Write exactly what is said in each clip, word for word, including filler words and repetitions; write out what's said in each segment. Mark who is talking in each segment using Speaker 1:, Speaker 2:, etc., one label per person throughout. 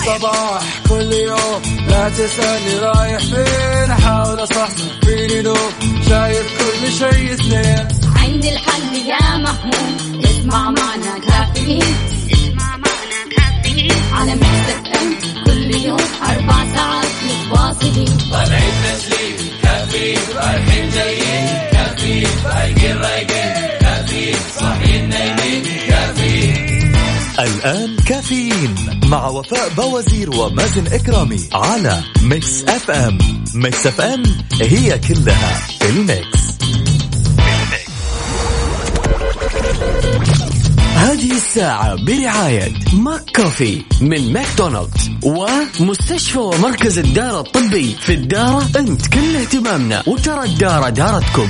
Speaker 1: الصباح كل يوم، لا تسألني رايح فين، أحاول أصحصح فيني دوم، شايف كل شيء سنين.
Speaker 2: عندي الحل يا محمود، اسمع معنا كافيين، اسمع معنا كافيين على ميكس اف ام كل يوم أربع ساعات متواصلين.
Speaker 3: طالعين تسليم كافيين، رايحين جايين كافيين، رايقين رايقين كافيين، صاحيين نايمين كافيين.
Speaker 4: الآن كافيين مع وفاء بوازير ومازن إكرامي على ميكس اف ام. ميكس اف ام هي كلها في الميكس. هذه الساعة برعاية ماك كوفي من ماكدونالدز ومستشفى ومركز الدارة الطبي. في الدارة أنت كل اهتمامنا، وترى الدارة دارتكم.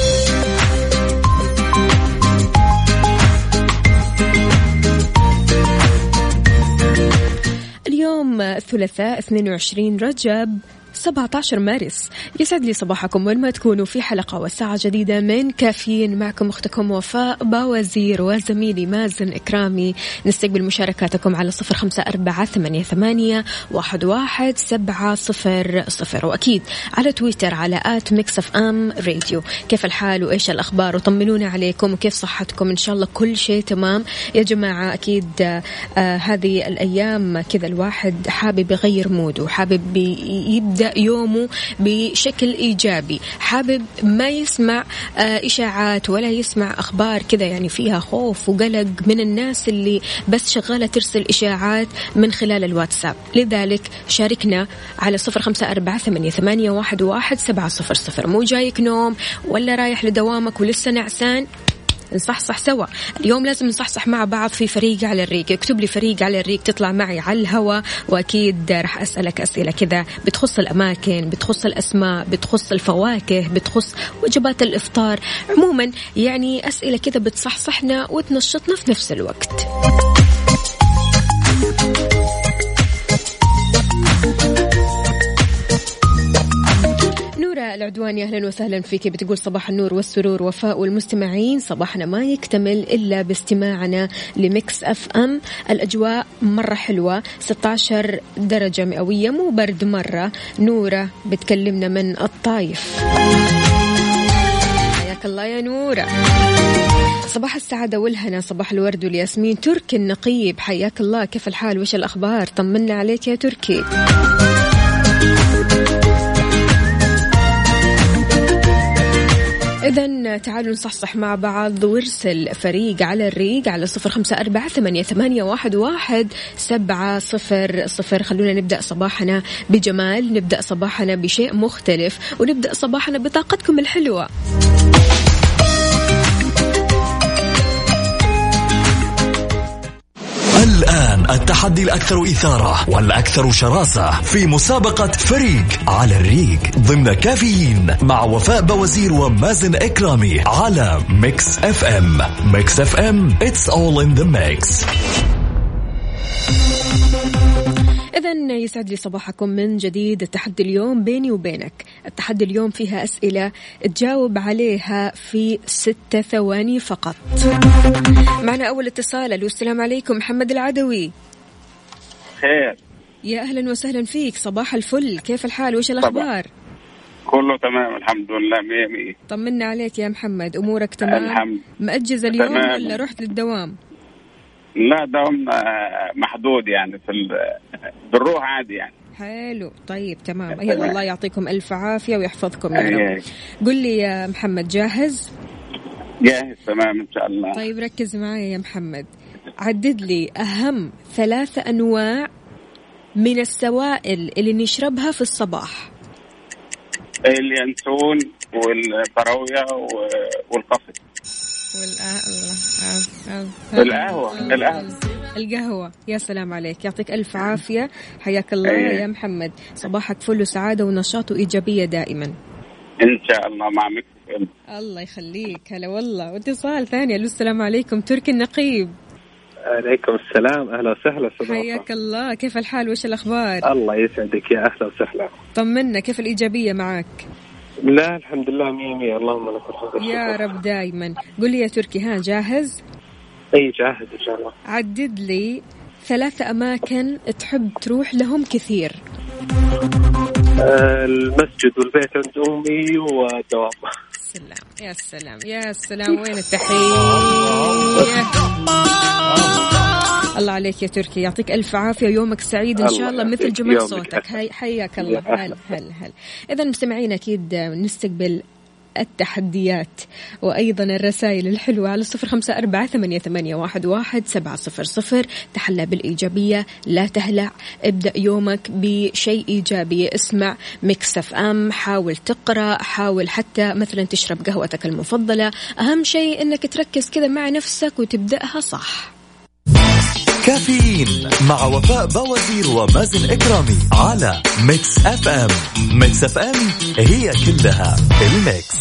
Speaker 5: اليوم الثلاثاء اثنين وعشرين رجب سبعة عشر مارس. يسعد لي صباحكم وين ما تكونوا في حلقة وساعة جديدة من كافيين، معكم أختكم وفاء باوزير وزميلي مازن إكرامي. نستقبل مشاركاتكم على صفر خمسة أربعة ثمانية ثمانية واحد واحد سبعة صفر صفر، وأكيد على تويتر على آت ميكس اف ام راديو. كيف الحال وإيش الأخبار؟ وطمنونا عليكم وكيف صحتكم، إن شاء الله كل شيء تمام يا جماعة. أكيد آه هذه الأيام كذا الواحد حابب يغير موده، حابب يبدأ يومه بشكل إيجابي، حابب ما يسمع إشاعات ولا يسمع أخبار كذا يعني فيها خوف وقلق من الناس اللي بس شغالة ترسل إشاعات من خلال الواتساب. لذلك شاركنا على صفر خمسة أربعة ثمانية ثمانية واحد واحد سبعة صفر صفر. مو جايك نوم ولا رايح لدوامك ولسه نعسان؟ نصحصح سوا اليوم، لازم نصحصح مع بعض في فريق على الريق. اكتب لي فريق على الريق تطلع معي على الهواء، وأكيد رح أسألك أسئلة كذا بتخص الأماكن، بتخص الأسماء، بتخص الفواكه، بتخص وجبات الإفطار، عموما يعني أسئلة كذا بتصحصحنا وتنشطنا في نفس الوقت. العدواني أهلا وسهلا فيك، بتقول صباح النور والسرور وفاء والمستمعين، صباحنا ما يكتمل إلا باستماعنا لميكس أف أم. الأجواء مرة حلوة، ستة عشر درجة مئوية، مو برد مرة. نورة بتكلمنا من الطايف، حياك الله يا نورة. صباح السعادة والهنا، صباح الورد والياسمين. تركي النقيب حياك الله، كيف الحال وش الأخبار؟ طمنا عليك يا تركي. إذن تعالوا نصحصح مع بعض وارسل فريق على الريق على صفر خمسة أربعة ثمانية ثمانية واحد واحد سبعة صفر صفر. خلونا نبدأ صباحنا بجمال، نبدأ صباحنا بشيء مختلف، ونبدأ صباحنا بطاقتكم الحلوة.
Speaker 4: الآن التحدي الأكثر إثارة والأكثر شراسة في مسابقة فريق على الريق ضمن كافيين مع وفاء بوازير ومازن إكرامي على ميكس اف ام. ميكس اف ام it's all in the mix.
Speaker 5: إذن يسعد لي صباحكم من جديد. التحدي اليوم بيني وبينك، التحدي اليوم فيها أسئلة تجاوب عليها في ستة ثواني فقط. معنا أول اتصال. ألو السلام عليكم، محمد العدوي.
Speaker 6: خير
Speaker 5: يا أهلا وسهلا فيك، صباح الفل، كيف الحال وش الأخبار؟
Speaker 6: كله تمام الحمد لله، مية مية.
Speaker 5: طمنا عليك يا محمد، أمورك تمام؟
Speaker 6: الحمد.
Speaker 5: مأجز اليوم
Speaker 6: تمام.
Speaker 5: ولا رحت للدوام؟
Speaker 6: لا دوام محدود يعني في بالروح عادي يعني.
Speaker 5: حلو طيب تمام. أيضا الله يعطيكم ألف عافية ويحفظكم يا رب. قل لي يا محمد، جاهز؟
Speaker 6: جاهز تمام إن شاء الله.
Speaker 5: طيب ركز معي يا محمد، عدد لي أهم ثلاثة أنواع من السوائل اللي نشربها في الصباح.
Speaker 6: اليانسون والفراولة والقفص والقهوة. القهوة
Speaker 5: القهوة يا سلام عليك، يعطيك ألف عافية، حياك الله يا محمد. صباحك فل وسعادة ونشاط وإيجابية دائما
Speaker 6: إن شاء الله مع مكتب.
Speaker 5: الله يخليك، هلا والله. واتصال ثاني. ألو السلام عليكم، تركي النقيب.
Speaker 7: عليكم السلام، أهلا وسهلا.
Speaker 5: حياك الله، كيف الحال وش الأخبار؟
Speaker 7: الله يسعدك يا أهلا وسهلا.
Speaker 5: طمنا، كيف الإيجابية معك؟
Speaker 7: لا الحمد لله مية مية، اللهم لك الحمد
Speaker 5: يا رب دايما. قل لي يا تركي، ها جاهز؟
Speaker 7: أي جاهز إن شاء الله.
Speaker 5: عدد لي ثلاثة أماكن تحب تروح لهم كثير.
Speaker 7: المسجد والبيت عند أمي والدوام.
Speaker 5: سلام يا سلام يا سلام، وين التحية؟ الله عليك يا تركي، يعطيك ألف عافية، يومك سعيد إن شاء الله مثل جمال صوتك. هاي حياك الله. هل هل هل إذا مستمعين أكيد نستقبل التحديات وأيضا الرسائل الحلوة على صفر خمسة أربعة ثمانية ثمانية واحد واحد سبعة صفر صفر. تحلى بالإيجابية، لا تهلع، ابدأ يومك بشيء إيجابي. اسمع ميكس اف ام، حاول تقرأ، حاول حتى مثلا تشرب قهوتك المفضلة. أهم شيء أنك تركز كذا مع نفسك وتبدأها صح.
Speaker 4: كافيين مع وفاء بوازير ومازن إكرامي على ميكس اف ام. ميكس اف ام هي كلها الميكس.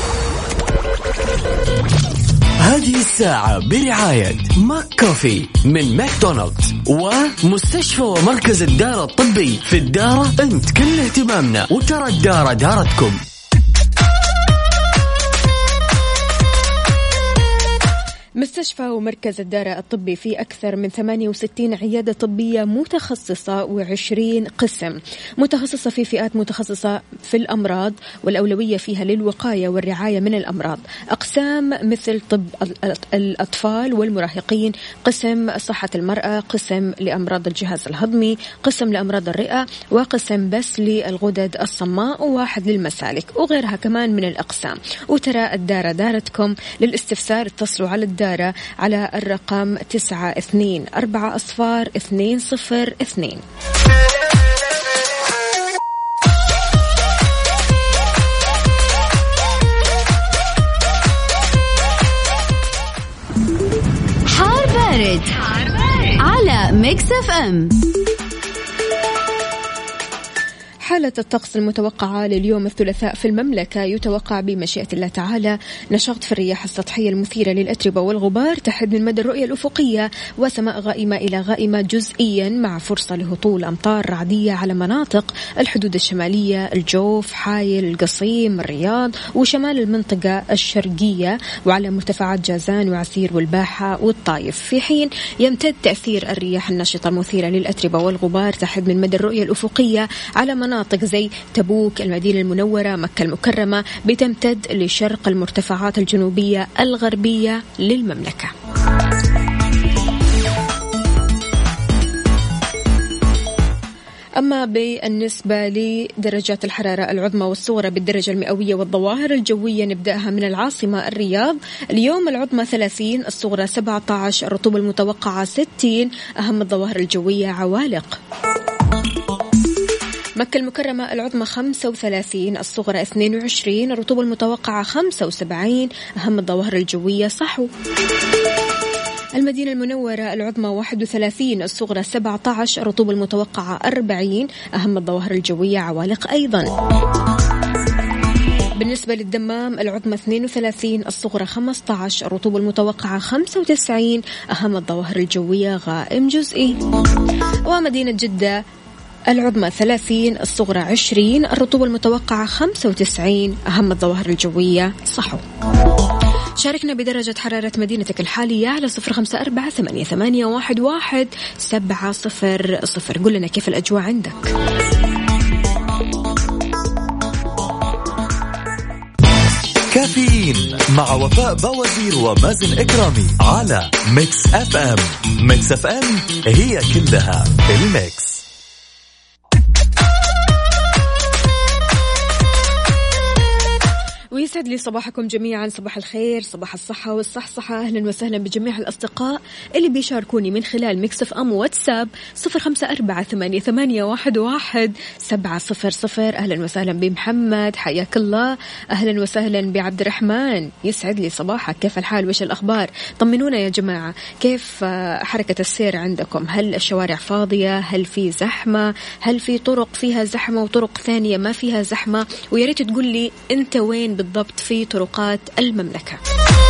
Speaker 4: هذه الساعة برعاية ماك كوفي من ماكدونالدز ومستشفى ومركز الدارة الطبي. في الدارة أنت كل اهتمامنا، وترى الدارة دارتكم.
Speaker 5: مستشفى ومركز الدارة الطبي في أكثر من ثمانية وستين عيادة طبية متخصصة وعشرين قسم، متخصصة في فئات متخصصة في الأمراض والأولوية فيها للوقاية والرعاية من الأمراض. أقسام مثل طب الأطفال والمراهقين، قسم صحة المرأة، قسم لأمراض الجهاز الهضمي، قسم لأمراض الرئة، وقسم بس للغدد الصماء، وواحد للمسالك، وغيرها كمان من الأقسام. وترى الدارة دارتكم. للاستفسار اتصلوا على الدارة على الرقم تسعة اثنين أربعة أصفار اثنين صفر اثنين.
Speaker 2: حار بارد على ميكس اف ام.
Speaker 5: حالة الطقس المتوقعة لليوم الثلاثاء في المملكة: يتوقع بمشيئة الله تعالى نشاط في الرياح السطحية المثيرة للأتربة والغبار تحد من مدى الرؤية الأفقية، وسماء غائمة إلى غائمة جزئيا مع فرصة لهطول أمطار رعدية على مناطق الحدود الشمالية، الجوف، حايل، القصيم، الرياض وشمال المنطقة الشرقية، وعلى مرتفعات جازان وعسير والباحة والطايف. في حين يمتد تأثير الرياح النشطة المثيرة للأتربة والغبار تحد من مدى الرؤية الأفقية على مناطق مناطق زي تبوك، المدينة المنورة، مكة المكرمة، بتمتد لشرق المرتفعات الجنوبية الغربية للمملكة. أما بالنسبة لدرجات الحرارة العظمى والصغرى بالدرجة المئوية والظواهر الجوية، نبدأها من العاصمة الرياض. اليوم العظمى ثلاثين، الصغرى سبعة عشر، الرطوبة المتوقعة ستين، أهم الظواهر الجوية عوالق. مكة المكرمة العظمى خمسة وثلاثين، الصغرى اثنين وعشرين، الرطوبة المتوقعة خمسة وسبعين، أهم الظواهر الجوية صحو. المدينة المنورة العظمى واحد وثلاثين، الصغرى سبعة عشر، الرطوبة المتوقعة أربعين، أهم الظواهر الجوية عوالق أيضا. بالنسبة للدمام العظمى اثنين وثلاثين، الصغرى خمسة عشر، الرطوبة المتوقعة خمسة وتسعين، أهم الظواهر الجوية غائم جزئي. ومدينة جدة العظمى ثلاثين، الصغرى عشرين، الرطوبة المتوقعة خمسة وتسعين، أهم الظواهر الجوية صحو. شاركنا بدرجة حرارة مدينتك الحالية على صفر خمسة أربعة ثمانية ثمانية واحد واحد سبعة صفر صفر. قل لنا كيف الأجواء عندك.
Speaker 4: كافيين مع وفاء بوازير ومازن إكرامي على ميكس اف ام. ميكس اف ام هي كلها الميكس.
Speaker 5: ويسعد لي صباحكم جميعا، صباح الخير، صباح الصحة والصحصحة. أهلا وسهلا بجميع الأصدقاء اللي بيشاركوني من خلال ميكس اف ام واتساب صفر خمسة أربعة ثمانية ثمانية واحد واحد سبعة صفر صفر. أهلا وسهلا بمحمد، حياك الله. أهلا وسهلا بعبد الرحمن، يسعد لي صباحك. كيف الحال وش الأخبار؟ طمنونا يا جماعة، كيف حركة السير عندكم؟ هل الشوارع فاضية؟ هل في زحمة؟ هل في طرق فيها زحمة وطرق ثانية ما فيها زحمة؟ وياريت تقول لي أنت وين بالضبط في طرقات المملكة.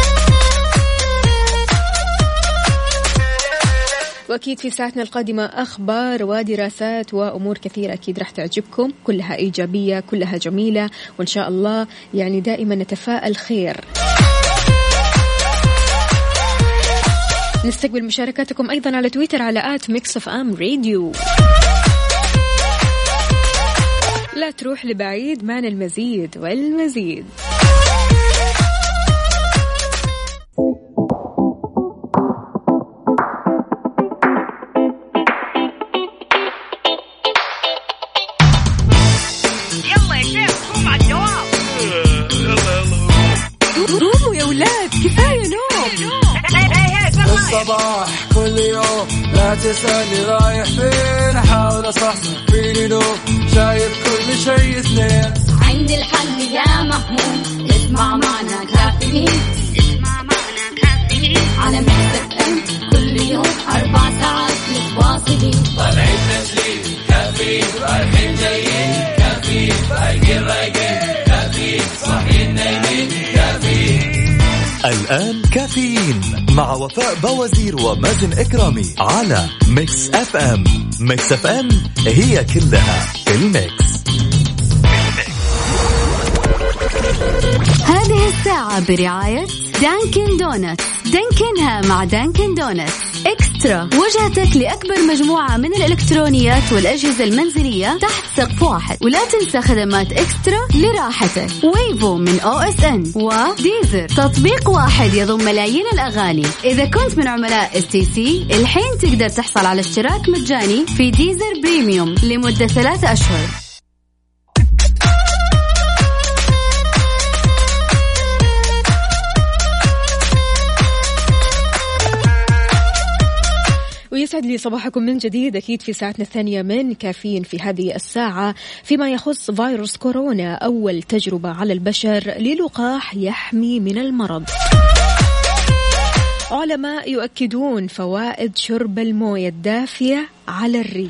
Speaker 5: وأكيد في ساعتنا القادمة أخبار ودراسات وأمور كثيرة أكيد راح تعجبكم، كلها إيجابية، كلها جميلة، وإن شاء الله يعني دائما نتفائل خير. نستقبل مشاركاتكم أيضا على تويتر على آت ميكس أف أم راديو. لا تروح لبعيد، معنا المزيد والمزيد.
Speaker 8: يلا يا شيخ قوم على الدوام.
Speaker 5: قوموا يا ولاد، كفاية نوم.
Speaker 1: الصباح كل يوم لا تسألني رايح فين، أحاول أصحصح فيني نوم، شايف كل شيء سنين.
Speaker 2: عندي الحل يا محمود، اسمع معنا كافيين، اسمع معنا كافيين على ميكس اف ام كل يوم أربع ساعات متواصلين.
Speaker 3: طالعين تسليم كافيين، رايحين جايين كافيين، فايقين رايقين كافيين، صاحيين نايمين كافيين.
Speaker 4: الآن كافيين مع وفاء بوازير ومازن إكرامي على ميكس أف أم. ميكس أف أم هي كلها في الميكس.
Speaker 9: هذه الساعة برعاية دانكن دونتس. دانكنها مع دانكن دونتس. إكسترا، وجهتك لأكبر مجموعة من الإلكترونيات والأجهزة المنزلية تحت سقف واحد. ولا تنسى خدمات إكسترا لراحتك. ويفو من أو إس إن وديزر، تطبيق واحد يضم ملايين الأغاني. إذا كنت من عملاء إس تي سي الحين تقدر تحصل على اشتراك مجاني في ديزر بريميوم لمدة ثلاثة أشهر.
Speaker 5: ويسعد لي صباحكم من جديد أكيد في ساعتنا الثانية من كافيين في هذه الساعة فيما يخص فيروس كورونا، أول تجربة على البشر للقاح يحمي من المرض. علماء يؤكدون فوائد شرب الموية الدافية على الريق.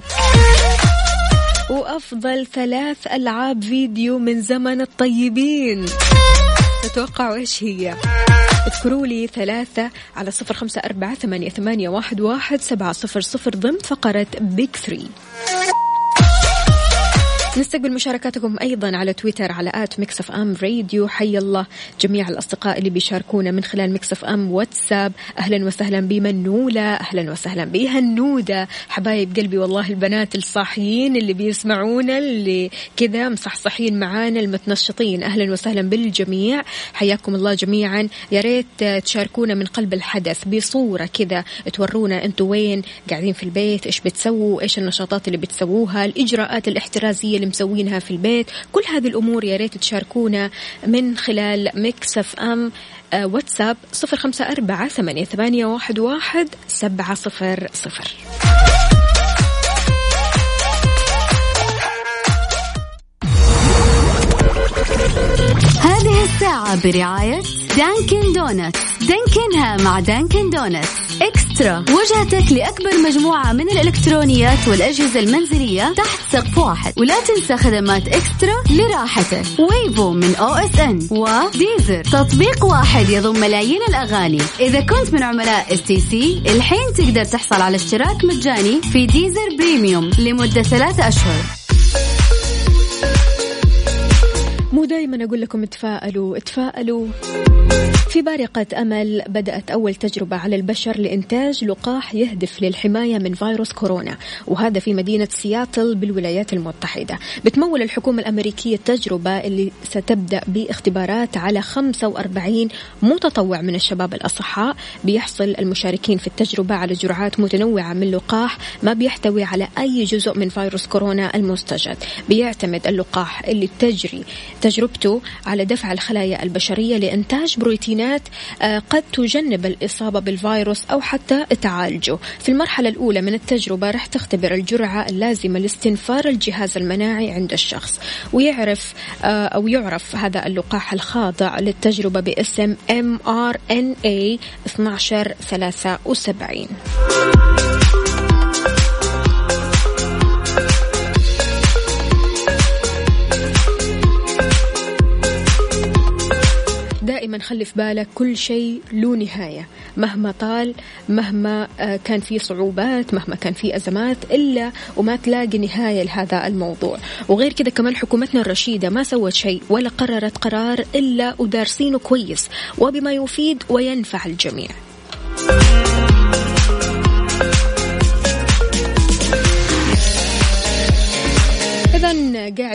Speaker 5: وأفضل ثلاث ألعاب فيديو من زمن الطيبين، تتوقعوا إيش هي؟ اذكروا لي ثلاثة على صفر خمسة أربعة ثمانية ثمانية واحد واحد سبعة صفر صفر ضمن فقرة بيك ثري. نستقبل مشاركاتكم أيضا على تويتر على آت ميكس أف أم راديو. حي الله جميع الأصدقاء اللي بيشاركونا من خلال ميكس أف أم واتساب. أهلا وسهلا بمنولة، أهلا وسهلا بهنودة، حبايب قلبي والله البنات الصاحيين اللي بيسمعونا اللي كذا مصحصحين معانا المتنشطين، أهلا وسهلا بالجميع، حياكم الله جميعا. يا ريت تشاركونا من قلب الحدث بصورة كذا، تورونا أنتوا وين قاعدين في البيت، إيش بتسووا، إيش النشاطات اللي بتسووها، الإجراءات الاحترازية اللي مسوينها في البيت، كل هذه الأمور يا ريت تشاركونا من خلال ميكس أف أم واتساب صفر خمسة أربعة ثمانية ثمانية واحد واحد سبعة صفر صفر.
Speaker 9: هذه الساعة برعاية دانكن دونتس. دانكنها مع دانكن دونتس. إكسترا، وجهتك لأكبر مجموعة من الإلكترونيات والأجهزة المنزلية تحت سقف واحد. ولا تنسى خدمات إكسترا لراحتك. ويفو من أو إس إن وديزر، تطبيق واحد يضم ملايين الأغاني. إذا كنت من عملاء إس تي سي الحين تقدر تحصل على اشتراك مجاني في ديزر بريميوم لمدة ثلاثة أشهر.
Speaker 5: مو دايما أقول لكم تفائلوا تفائلوا. في بارقة أمل بدأت أول تجربة على البشر لإنتاج لقاح يهدف للحماية من فيروس كورونا، وهذا في مدينة سياتل بالولايات المتحدة. بتمول الحكومة الأمريكية التجربة اللي ستبدأ باختبارات على خمسة وأربعين متطوع من الشباب الأصحاء. بيحصل المشاركين في التجربة على جرعات متنوعة من لقاح ما بيحتوي على أي جزء من فيروس كورونا المستجد. بيعتمد اللقاح اللي تجري تجربته على دفع الخلايا البشرية لإنتاج بروتينات قد تجنب الإصابة بالفيروس أو حتى تعالجه. في المرحلة الأولى من التجربة رح تختبر الجرعة اللازمة لاستنفار الجهاز المناعي عند الشخص، ويعرف أو يعرف هذا اللقاح الخاضع للتجربة باسم إم آر إن إيه اثني عشر ثلاثة وسبعين. دائما خلي في بالك كل شيء له نهاية، مهما طال، مهما كان في صعوبات، مهما كان في أزمات، إلا وما تلاقي نهاية لهذا الموضوع. وغير كذا كمان حكومتنا الرشيدة ما سوت شيء ولا قررت قرار إلا ودارسينه كويس وبما يفيد وينفع الجميع.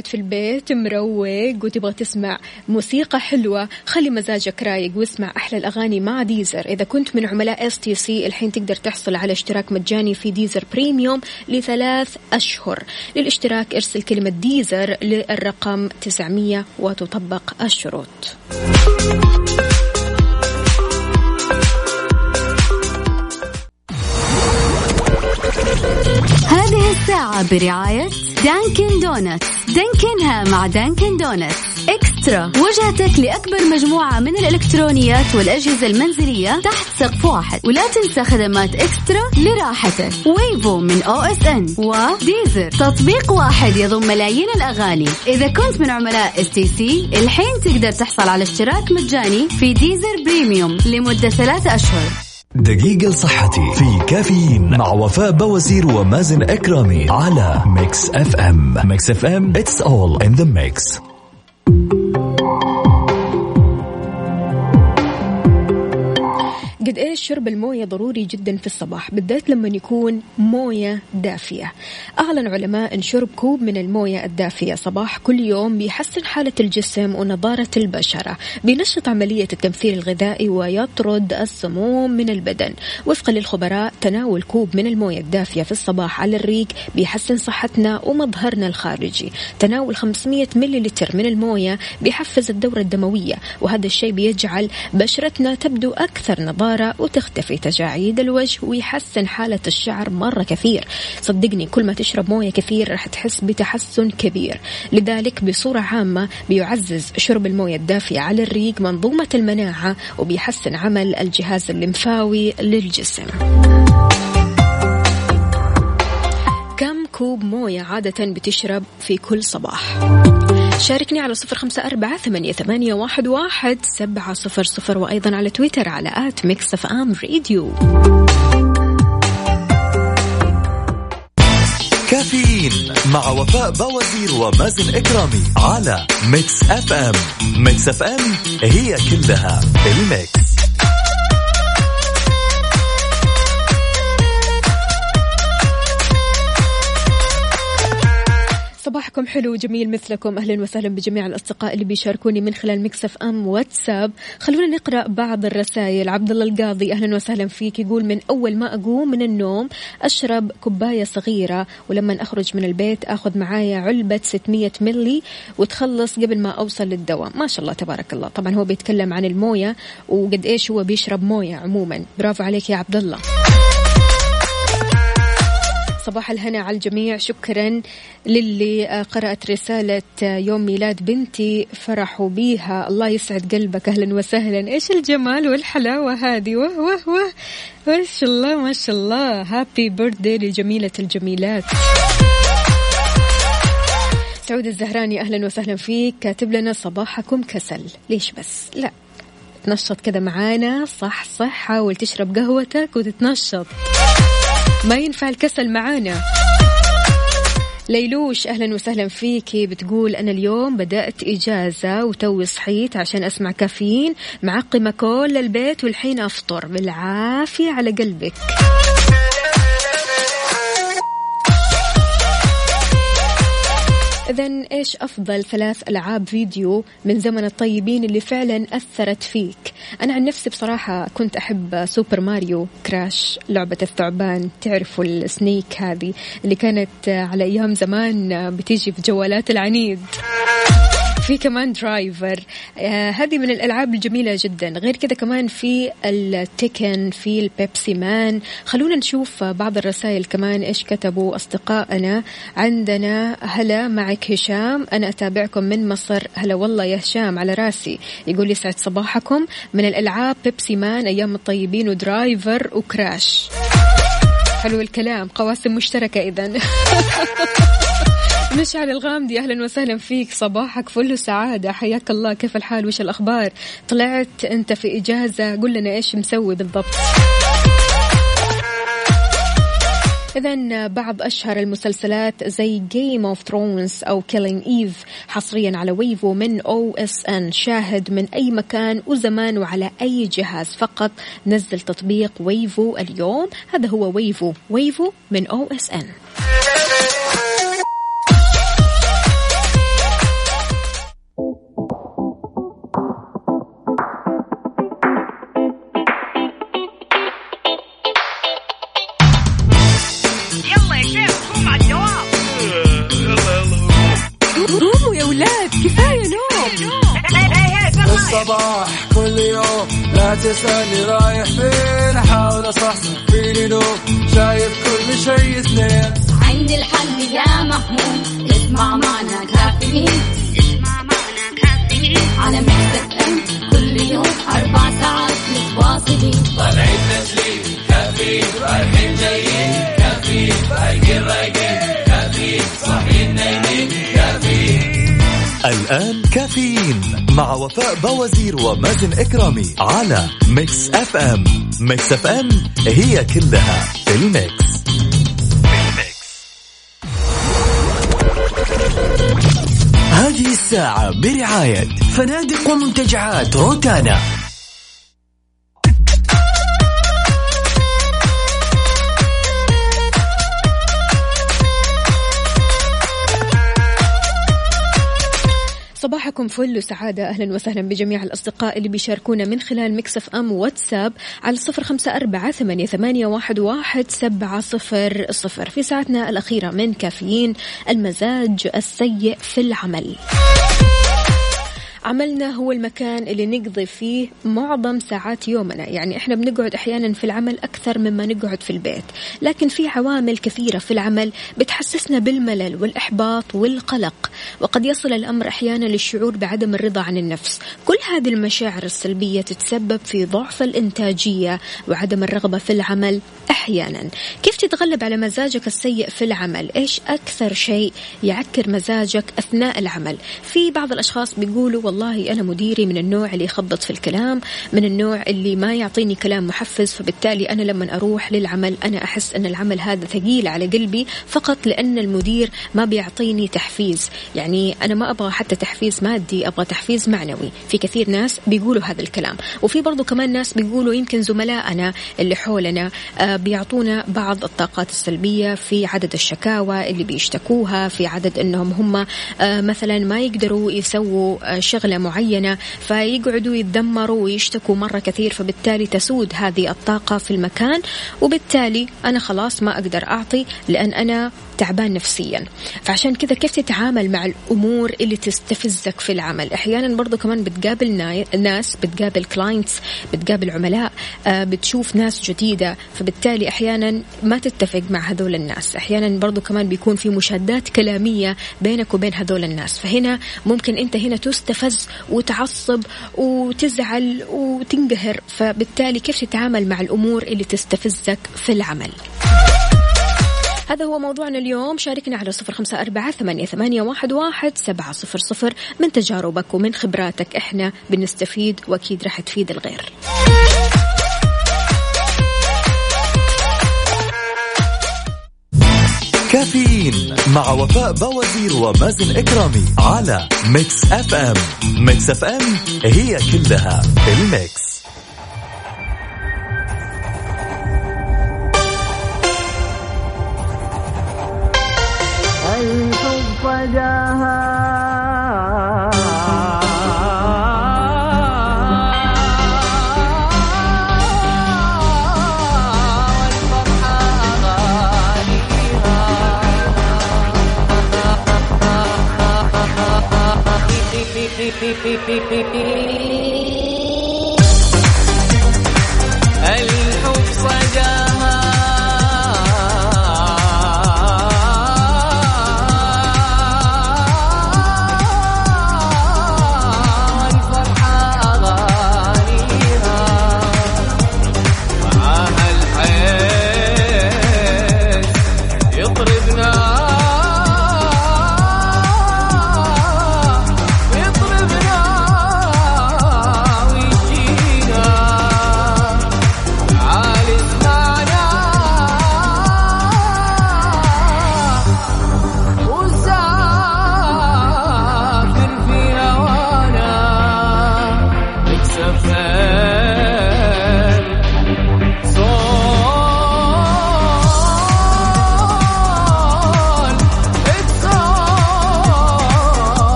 Speaker 5: قاعد في البيت مروق وتبغى تسمع موسيقى حلوة، خلي مزاجك رايق واسمع أحلى الأغاني مع ديزر. إذا كنت من عملاء إس تي سي الحين تقدر تحصل على اشتراك مجاني في ديزر بريميوم لثلاث أشهر. للاشتراك ارسل كلمة ديزر للرقم تسعمية وتطبق الشروط.
Speaker 9: هذه الساعة برعاية دانكن دونتس. دانكنها مع دانكن دونتس إكسترا، وجهتك لأكبر مجموعة من الإلكترونيات والأجهزة المنزلية تحت سقف واحد. ولا تنسى خدمات إكسترا لراحتك. ويفو من أو إس إن وديزر، تطبيق واحد يضم ملايين الأغاني. إذا كنت من عملاء إس تي سي الحين تقدر تحصل على اشتراك مجاني في ديزر بريميوم لمدة ثلاثة أشهر.
Speaker 4: دقيقة لصحتي في كافيين مع وفاء بوزير ومازن إكرامي على ميكس اف ام. ميكس اف ام it's all in the mix.
Speaker 5: قد إيش شرب الموية ضروري جدا في الصباح، بالذات لما يكون موية دافية. أعلن علماء أن شرب كوب من الموية الدافية صباح كل يوم بيحسن حالة الجسم ونضارة البشرة، بينشط عملية التمثيل الغذائي ويطرد السموم من البدن. وفقا للخبراء تناول كوب من الموية الدافية في الصباح على الريق بيحسن صحتنا ومظهرنا الخارجي. تناول خمسمية مليلتر من الموية بيحفز الدورة الدموية، وهذا الشيء بيجعل بشرتنا تبدو أكثر نضارة وتختفي تجاعيد الوجه ويحسن حالة الشعر مرة كثير. صدقني كل ما تشرب موية كثير رح تحس بتحسن كبير. لذلك بصورة عامة بيعزز شرب الموية الدافية على الريق منظومة المناعة وبيحسن عمل الجهاز الليمفاوي للجسم. كم كوب موية عادة بتشرب في كل صباح؟ شاركني على صفر خمسة أربعة ثمانية ثمانية واحد واحد سبعة صفر صفر، وأيضا على تويتر على آت ميكس أف أم راديو.
Speaker 4: كافيين مع وفاء بوزير ومازن إكرامي على ميكس اف ام. ميكس اف ام هي كلها الميكس.
Speaker 5: صباحكم حلو جميل مثلكم. أهلا وسهلا بجميع الأصدقاء اللي بيشاركوني من خلال ميكس اف ام واتساب. خلونا نقرأ بعض الرسائل. عبد الله القاضي أهلا وسهلا فيك، يقول من أول ما أقوم من النوم أشرب كوباية صغيرة، ولما أخرج من البيت أخذ معايا علبة ستمية ملي وتخلص قبل ما أوصل للدوام. ما شاء الله تبارك الله. طبعا هو بيتكلم عن الموية وقد إيش هو بيشرب موية عموما. برافو عليك يا عبد الله. صباح الهنا على الجميع. شكرا للي قرأت رسالة يوم ميلاد بنتي فرحوا بيها. الله يسعد قلبك. أهلا وسهلا. إيش الجمال والحلاوة هذه. وه وه وه ما شاء الله ما شاء الله. هابي بيرثدي لجميلة الجميلات. سعود الزهراني أهلا وسهلا فيك. كاتب لنا صباحكم كسل. ليش بس؟ لا تنشط كذا معانا. صح صح حاول تشرب قهوتك وتتنشط، ما ينفع الكسل معانا. ليلوش أهلا وسهلا فيكي. بتقول أنا اليوم بدأت إجازة وتوي صحيت عشان أسمع كافيين، معقمة كل البيت والحين أفطر. بالعافية على قلبك. إذن إيش أفضل ثلاث ألعاب فيديو من زمن الطيبين اللي فعلا أثرت فيك؟ أنا عن نفسي بصراحة كنت أحب سوبر ماريو كراش، لعبة الثعبان، تعرفوا السنيك هذه اللي كانت على أيام زمان بتيجي في جوالات العنيد. في كمان درايفر، آه هذه من الألعاب الجميلة جدا. غير كذا كمان في التيكن، في البيبسي مان. خلونا نشوف بعض الرسائل كمان إيش كتبوا أصدقائنا. عندنا هلا معك هشام، أنا أتابعكم من مصر. هلا والله يا هشام على راسي. يقول يسعد صباحكم. من الألعاب بيبسي مان، أيام الطيبين، ودرايفر، وكراش. حلو الكلام، قواسم مشتركة إذن. مشعل الغامدي أهلا وسهلا فيك. صباحك فل سعادة، حياك الله. كيف الحال؟ وش الأخبار؟ طلعت أنت في إجازة، قل لنا إيش مسوي بالضبط. إذن بعض أشهر المسلسلات زي Game of Thrones أو Killing Eve حصريا على ويفو من أو إس إن. شاهد من أي مكان وزمان وعلى أي جهاز، فقط نزل تطبيق ويفو اليوم. هذا هو ويفو، ويفو من أو إس إن. ولاد كفاية نوم.
Speaker 1: الصباح كل يوم لا تسألني رايح فين، أحاول أصحصح فيني نوم شايف كل شيء سنين.
Speaker 2: عندي الحل يا محمود، اسمع معنا كافيين، اسمع معنا كافيين على ميكس اف ام كل يوم أربع ساعات متواصلين.
Speaker 3: طالعين تسليم كافيين، رايحين جايين كافيين، رايقين رايقين كافيين، صاحيين نايمين كافيين.
Speaker 4: الآن كافيين مع وفاء بوازير ومازن إكرامي على ميكس اف ام. ميكس اف ام هي كلها في الميكس. هذه الساعة برعاية فنادق ومنتجعات روتانا.
Speaker 5: صباحكم فل وسعادة، أهلا وسهلا بجميع الأصدقاء اللي بيشاركونا من خلال ميكس اف ام واتساب على صفر خمسة أربعة ثمانية ثمانية واحد واحد سبعة صفر صفر في ساعتنا الأخيرة من كافيين، المزاج السيء في العمل. عملنا هو المكان اللي نقضي فيه معظم ساعات يومنا، يعني إحنا بنقعد أحيانا في العمل أكثر مما نقعد في البيت، لكن في عوامل كثيرة في العمل بتحسسنا بالملل والإحباط والقلق، وقد يصل الأمر أحيانا للشعور بعدم الرضا عن النفس. كل هذه المشاعر السلبية تتسبب في ضعف الإنتاجية وعدم الرغبة في العمل أحيانا. كيف تتغلب على مزاجك السيء في العمل؟ إيش أكثر شيء يعكر مزاجك أثناء العمل؟ في بعض الأشخاص بيقولوا والله أنا مديري من النوع اللي يخبط في الكلام، من النوع اللي ما يعطيني كلام محفز، فبالتالي أنا لما أروح للعمل أنا أحس أن العمل هذا ثقيل على قلبي فقط لأن المدير ما بيعطيني تحفيز. يعني أنا ما أبغى حتى تحفيز مادي، أبغى تحفيز معنوي. في كثير ناس بيقولوا هذا الكلام، وفي برضو كمان ناس بيقولوا يمكن زملائنا اللي حولنا بيعطونا بعض الطاقات السلبية في عدد الشكاوى اللي بيشتكوها، في عدد أنهم هم مثلا ما يقدروا يسووا شغل معينة فيقعدوا يتذمروا ويشتكوا مرة كثير، فبالتالي تسود هذه الطاقة في المكان، وبالتالي أنا خلاص ما أقدر أعطي لأن أنا تعبان نفسيا. فعشان كذا كيف تتعامل مع الأمور اللي تستفزك في العمل؟ أحيانا برضو كمان بتقابل ناس، بتقابل كلاينتس، بتقابل عملاء، بتشوف ناس جديدة، فبالتالي أحيانا ما تتفق مع هذول الناس. أحيانا برضو كمان بيكون في مشادات كلامية بينك وبين هذول الناس، فهنا ممكن أنت هنا تستفز وتعصب وتزعل وتنقهر. فبالتالي كيف تتعامل مع الأمور اللي تستفزك في العمل؟ هذا هو موضوعنا اليوم. شاركنا على صفر خمسة أربعة ثمانية ثمانية واحد واحد سبعة صفر صفر من تجاربك ومن خبراتك، إحنا بنستفيد وأكيد رح تفيد الغير.
Speaker 4: كافيين مع وفاء بوازير ومازن إكرامي على ميكس اف ام. ميكس اف ام هي كلها الميكس.
Speaker 3: الحب صداها والفرحة أغانيها معاها الحياة يطربنا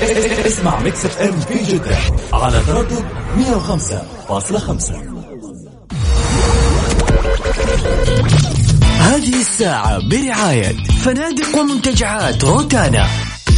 Speaker 4: اسمع ميكس اف ام في جدة على تردد مية وخمسة فاصلة خمسة. هذه الساعة برعاية فنادق ومنتجعات روتانا.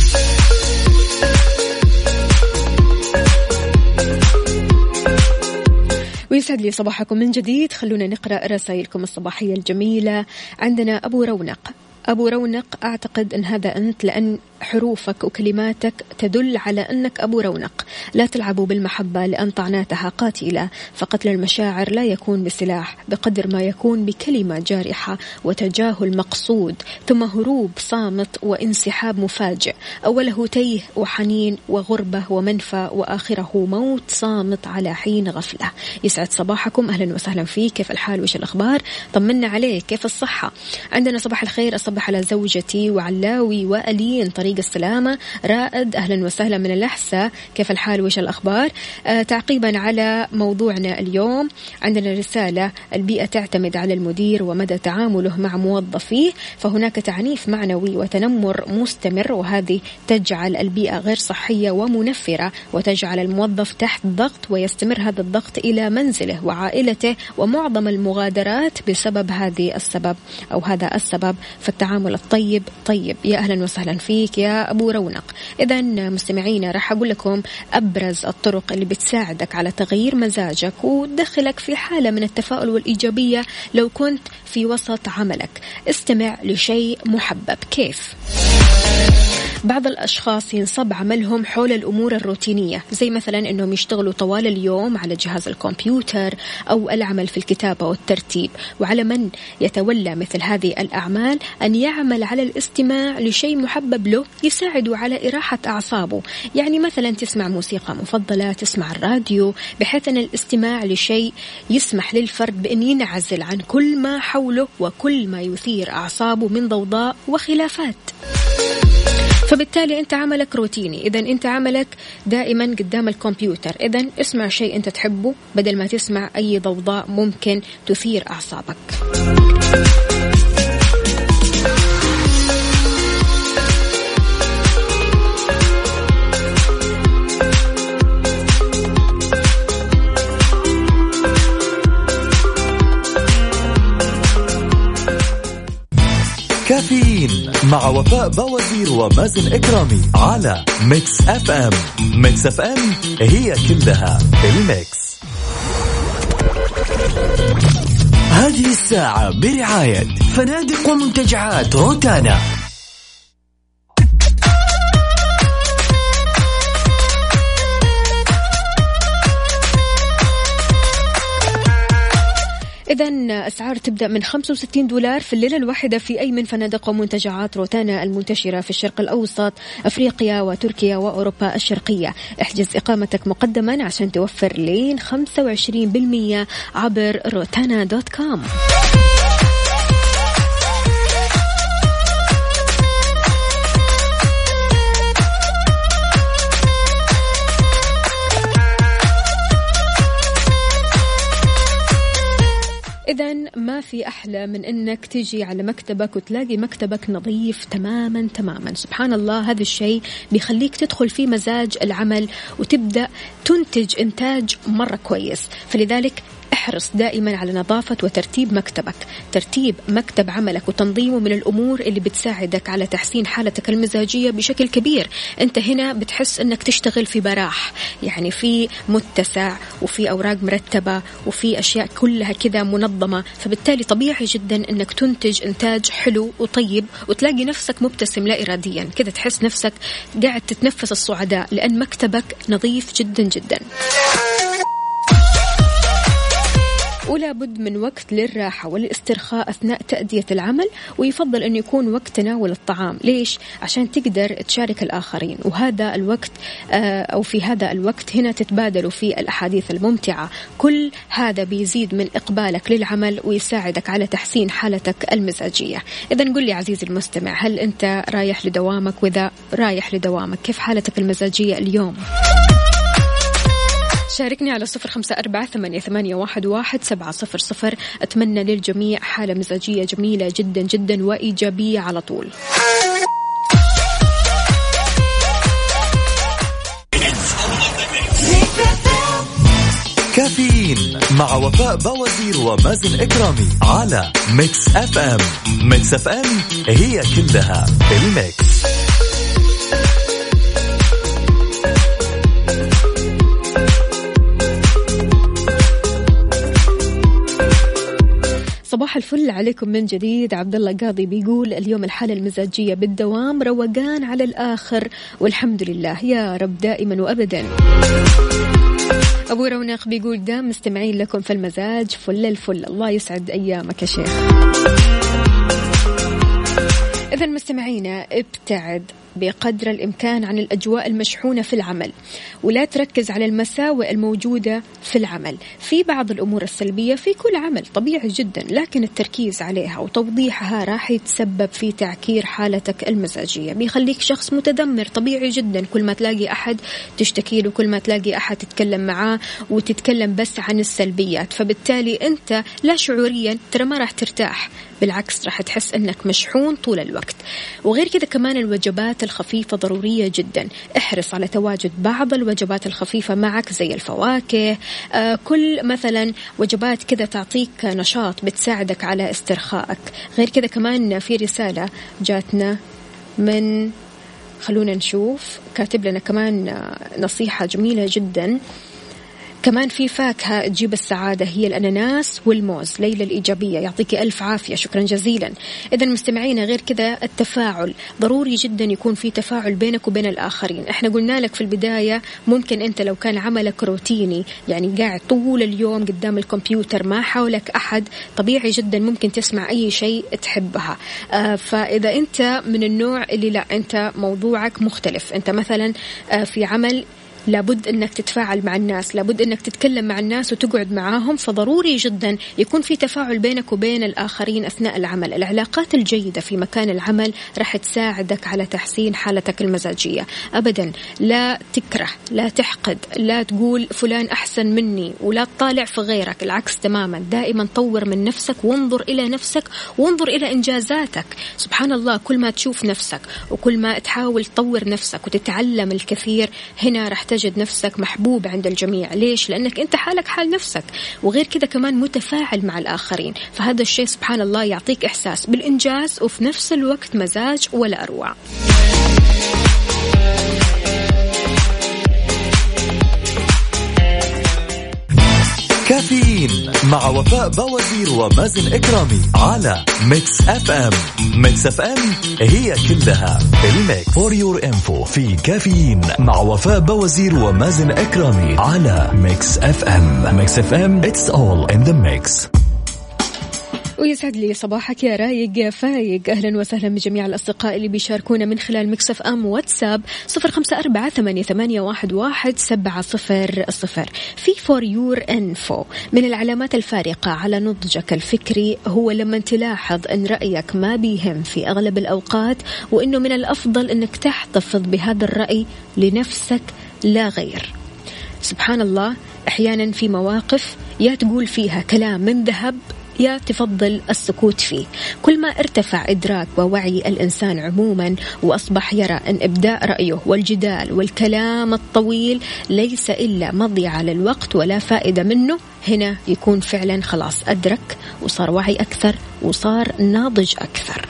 Speaker 5: ويسعد لي صباحكم من جديد. خلونا نقرأ رسائلكم الصباحية الجميلة. عندنا أبو رونق. أبو رونق أعتقد أن هذا أنت، لأن حروفك وكلماتك تدل على أنك أبو رونق. لا تلعبوا بالمحبة لأن طعناتها قاتلة، فقتل المشاعر لا يكون بسلاح بقدر ما يكون بكلمة جارحة وتجاهل مقصود، ثم هروب صامت وانسحاب مفاجئ، أوله تيه وحنين وغربة ومنفى، وآخره موت صامت على حين غفلة. يسعد صباحكم، أهلا وسهلا فيك. كيف الحال وش الأخبار؟ طمنا عليك، كيف الصحة؟ عندنا صباح الخير، أصبح على زوجتي وعلاوي وألين طريق السلامة. رائد أهلا وسهلا من الأحساء، كيف الحال وش الأخبار؟ آه تعقيبا على موضوعنا اليوم، عندنا رسالة: البيئة تعتمد على المدير ومدى تعامله مع موظفيه، فهناك تعنيف معنوي وتنمر مستمر، وهذه تجعل البيئة غير صحية ومنفرة، وتجعل الموظف تحت ضغط، ويستمر هذا الضغط إلى منزله وعائلته، ومعظم المغادرات بسبب هذه السبب أو هذا السبب. فالتعامل الطيب طيب. يا أهلا وسهلا فيك يا أبو رونق. إذن مستمعينا راح أقول لكم أبرز الطرق اللي بتساعدك على تغيير مزاجك وتدخلك في حالة من التفاؤل والإيجابية لو كنت في وسط عملك. استمع لشيء محبب. كيف؟ بعض الأشخاص ينصب عملهم حول الأمور الروتينية، زي مثلا أنهم يشتغلوا طوال اليوم على جهاز الكمبيوتر أو العمل في الكتابة والترتيب. وعلى من يتولى مثل هذه الأعمال أن يعمل على الاستماع لشيء محبب له يساعد على إراحة أعصابه. يعني مثلا تسمع موسيقى مفضلة، تسمع الراديو، بحيث أن الاستماع لشيء يسمح للفرد بأن ينعزل عن كل ما حوله وكل ما يثير أعصابه من ضوضاء وخلافات. فبالتالي أنت عملك روتيني، إذن أنت عملك دائما قدام الكمبيوتر، إذن اسمع شيء أنت تحبه بدل ما تسمع أي ضوضاء ممكن تثير أعصابك.
Speaker 4: كافيين مع وفاء بوازير ومازن إكرامي على ميكس أف أم. ميكس أف أم هي كلها الميكس. هذه الساعة برعاية فنادق ومنتجعات روتانا.
Speaker 5: إذن أسعار تبدأ من خمسة وستين دولار في الليلة الواحدة في أي من فنادق ومنتجعات روتانا المنتشرة في الشرق الأوسط، أفريقيا وتركيا وأوروبا الشرقية. احجز إقامتك مقدما عشان توفر لين خمسة وعشرين بالمئة عبر روتانا دوت كوم. إذن ما في أحلى من أنك تجي على مكتبك وتلاقي مكتبك نظيف تماما تماما. سبحان الله، هذا الشيء بيخليك تدخل في مزاج العمل وتبدأ تنتج إنتاج مرة كويس. فلذلك احرص دائما على نظافة وترتيب مكتبك. ترتيب مكتب عملك وتنظيمه من الأمور اللي بتساعدك على تحسين حالتك المزاجية بشكل كبير. أنت هنا بتحس أنك تشتغل في براح، يعني في متسع وفي أوراق مرتبة وفي أشياء كلها كذا منظمة، فبالتالي طبيعي جدا أنك تنتج إنتاج حلو وطيب وتلاقي نفسك مبتسم لا إراديا كذا، تحس نفسك قاعد تتنفس الصعداء لأن مكتبك نظيف جدا جدا. ولا بد من وقت للراحة والاسترخاء أثناء تأدية العمل، ويفضل أن يكون وقت تناول الطعام. ليش؟ عشان تقدر تشارك الآخرين، وهذا الوقت أو في هذا الوقت هنا تتبادلوا في الأحاديث الممتعة. كل هذا بيزيد من إقبالك للعمل ويساعدك على تحسين حالتك المزاجية. إذن قل لي عزيزي المستمع، هل أنت رايح لدوامك؟ وإذا رايح لدوامك كيف حالتك المزاجية اليوم؟ شاركني على صفر خمسة أربعة ثمانية ثمانية واحد واحد سبعة صفر صفر. أتمنى للجميع حالة مزاجية جميلة جدا جدا وإيجابية على طول.
Speaker 4: كافي كافيين مع وفاء بوازير ومازن إكرامي على ميكس اف ام. ميكس اف ام هي كلها الميكس.
Speaker 5: صباح الفل عليكم من جديد. عبد الله قاضي بيقول اليوم الحالة المزاجية بالدوام روقان على الآخر والحمد لله يا رب دائما وأبدا. أبو رونق بيقول دام مستمعين لكم في المزاج فل الفل. الله يسعد أيامك يا شيخ. إذا مستمعينا ابتعد بقدر الإمكان عن الأجواء المشحونة في العمل ولا تركز على المساوئ الموجودة في العمل. في بعض الأمور السلبية في كل عمل طبيعي جدا، لكن التركيز عليها وتوضيحها راح يتسبب في تعكير حالتك المزاجية، بيخليك شخص متذمر طبيعي جدا. كل ما تلاقي أحد تشتكي له، كل ما تلاقي أحد تتكلم معاه وتتكلم بس عن السلبيات، فبالتالي أنت لا شعوريا ترى ما راح ترتاح، بالعكس راح تحس أنك مشحون طول الوقت. وغير كذا كمان الوجبات الخفيفة ضرورية جدا. احرص على تواجد بعض الوجبات الخفيفة معك زي الفواكه، آه كل مثلا وجبات كذا تعطيك نشاط بتساعدك على استرخائك. غير كذا كمان في رسالة جاتنا من خلونا نشوف، كاتب لنا كمان نصيحة جميلة جدا. كمان في فاكهة تجيب السعادة هي الأناناس والموز. ليلى الإيجابية يعطيك ألف عافية، شكرا جزيلا. إذا مستمعينا غير كذا التفاعل ضروري جدا يكون في تفاعل بينك وبين الآخرين. احنا قلنا لك في البداية ممكن أنت لو كان عملك روتيني يعني قاعد طول اليوم قدام الكمبيوتر ما حولك أحد، طبيعي جدا ممكن تسمع أي شيء تحبها. آه فإذا أنت من النوع اللي لا أنت موضوعك مختلف، أنت مثلا آه في عمل لابد أنك تتفاعل مع الناس، لابد أنك تتكلم مع الناس وتقعد معاهم، فضروري جدا يكون في تفاعل بينك وبين الآخرين أثناء العمل. العلاقات الجيدة في مكان العمل راح تساعدك على تحسين حالتك المزاجية. أبدا لا تكره، لا تحقد، لا تقول فلان أحسن مني، ولا تطالع في غيرك. العكس تماما، دائما طور من نفسك وانظر إلى نفسك وانظر إلى إنجازاتك. سبحان الله، كل ما تشوف نفسك وكل ما تحاول تطور نفسك وتتعلم الكثير، هنا راح تجد نفسك محبوب عند الجميع. ليش؟ لأنك أنت حالك حال نفسك، وغير كذا كمان متفاعل مع الآخرين، فهذا الشيء سبحان الله يعطيك إحساس بالإنجاز وفي نفس الوقت مزاج ولا أروع.
Speaker 4: كافيين مع وفاء بوازير ومازن إكرامي على ميكس اف ام. ميكس اف ام هي كلها الميكس. فور يور انفو في كافيين مع وفاء بوازير ومازن إكرامي على ميكس اف ام. ميكس اف ام it's all in the mix.
Speaker 5: ويسعد لي صباحك يا رايق فايق. أهلا وسهلا بجميع الأصدقاء اللي بيشاركونا من خلال ميكس اف ام واتساب صفر خمسة أربعة ثمانية ثمانية واحد واحد سبعة صفر صفر. في فور يور انفو من العلامات الفارقة على نضجك الفكري هو لما تلاحظ أن رأيك ما بيهم في أغلب الأوقات، وأنه من الأفضل أنك تحتفظ بهذا الرأي لنفسك لا غير. سبحان الله، أحيانا في مواقف يا تقول فيها كلام من ذهب يا تفضل السكوت فيه. كل ما ارتفع إدراك ووعي الإنسان عموما وأصبح يرى أن إبداء رأيه والجدال والكلام الطويل ليس إلا مضيعة للوقت ولا فائدة منه، هنا يكون فعلا خلاص أدرك وصار وعي أكثر وصار ناضج أكثر.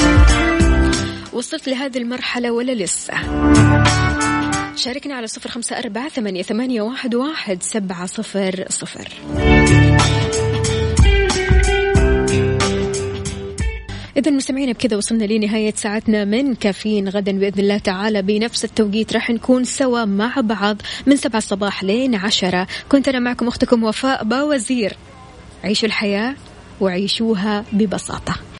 Speaker 5: وصلت لهذه المرحلة ولا لسه؟ شاركنا على صفر خمسة أربعة ثمانية ثمانية واحد واحد سبعة صفر صفر. إذا مستمعين بكذا وصلنا لنهاية ساعتنا من كافيين. غدا بإذن الله تعالى بنفس التوقيت راح نكون سوا مع بعض من سبعة الصباح لين عشرة. كنت أنا معكم أختكم وفاء باوزير. عيشوا الحياة وعيشوها ببساطة.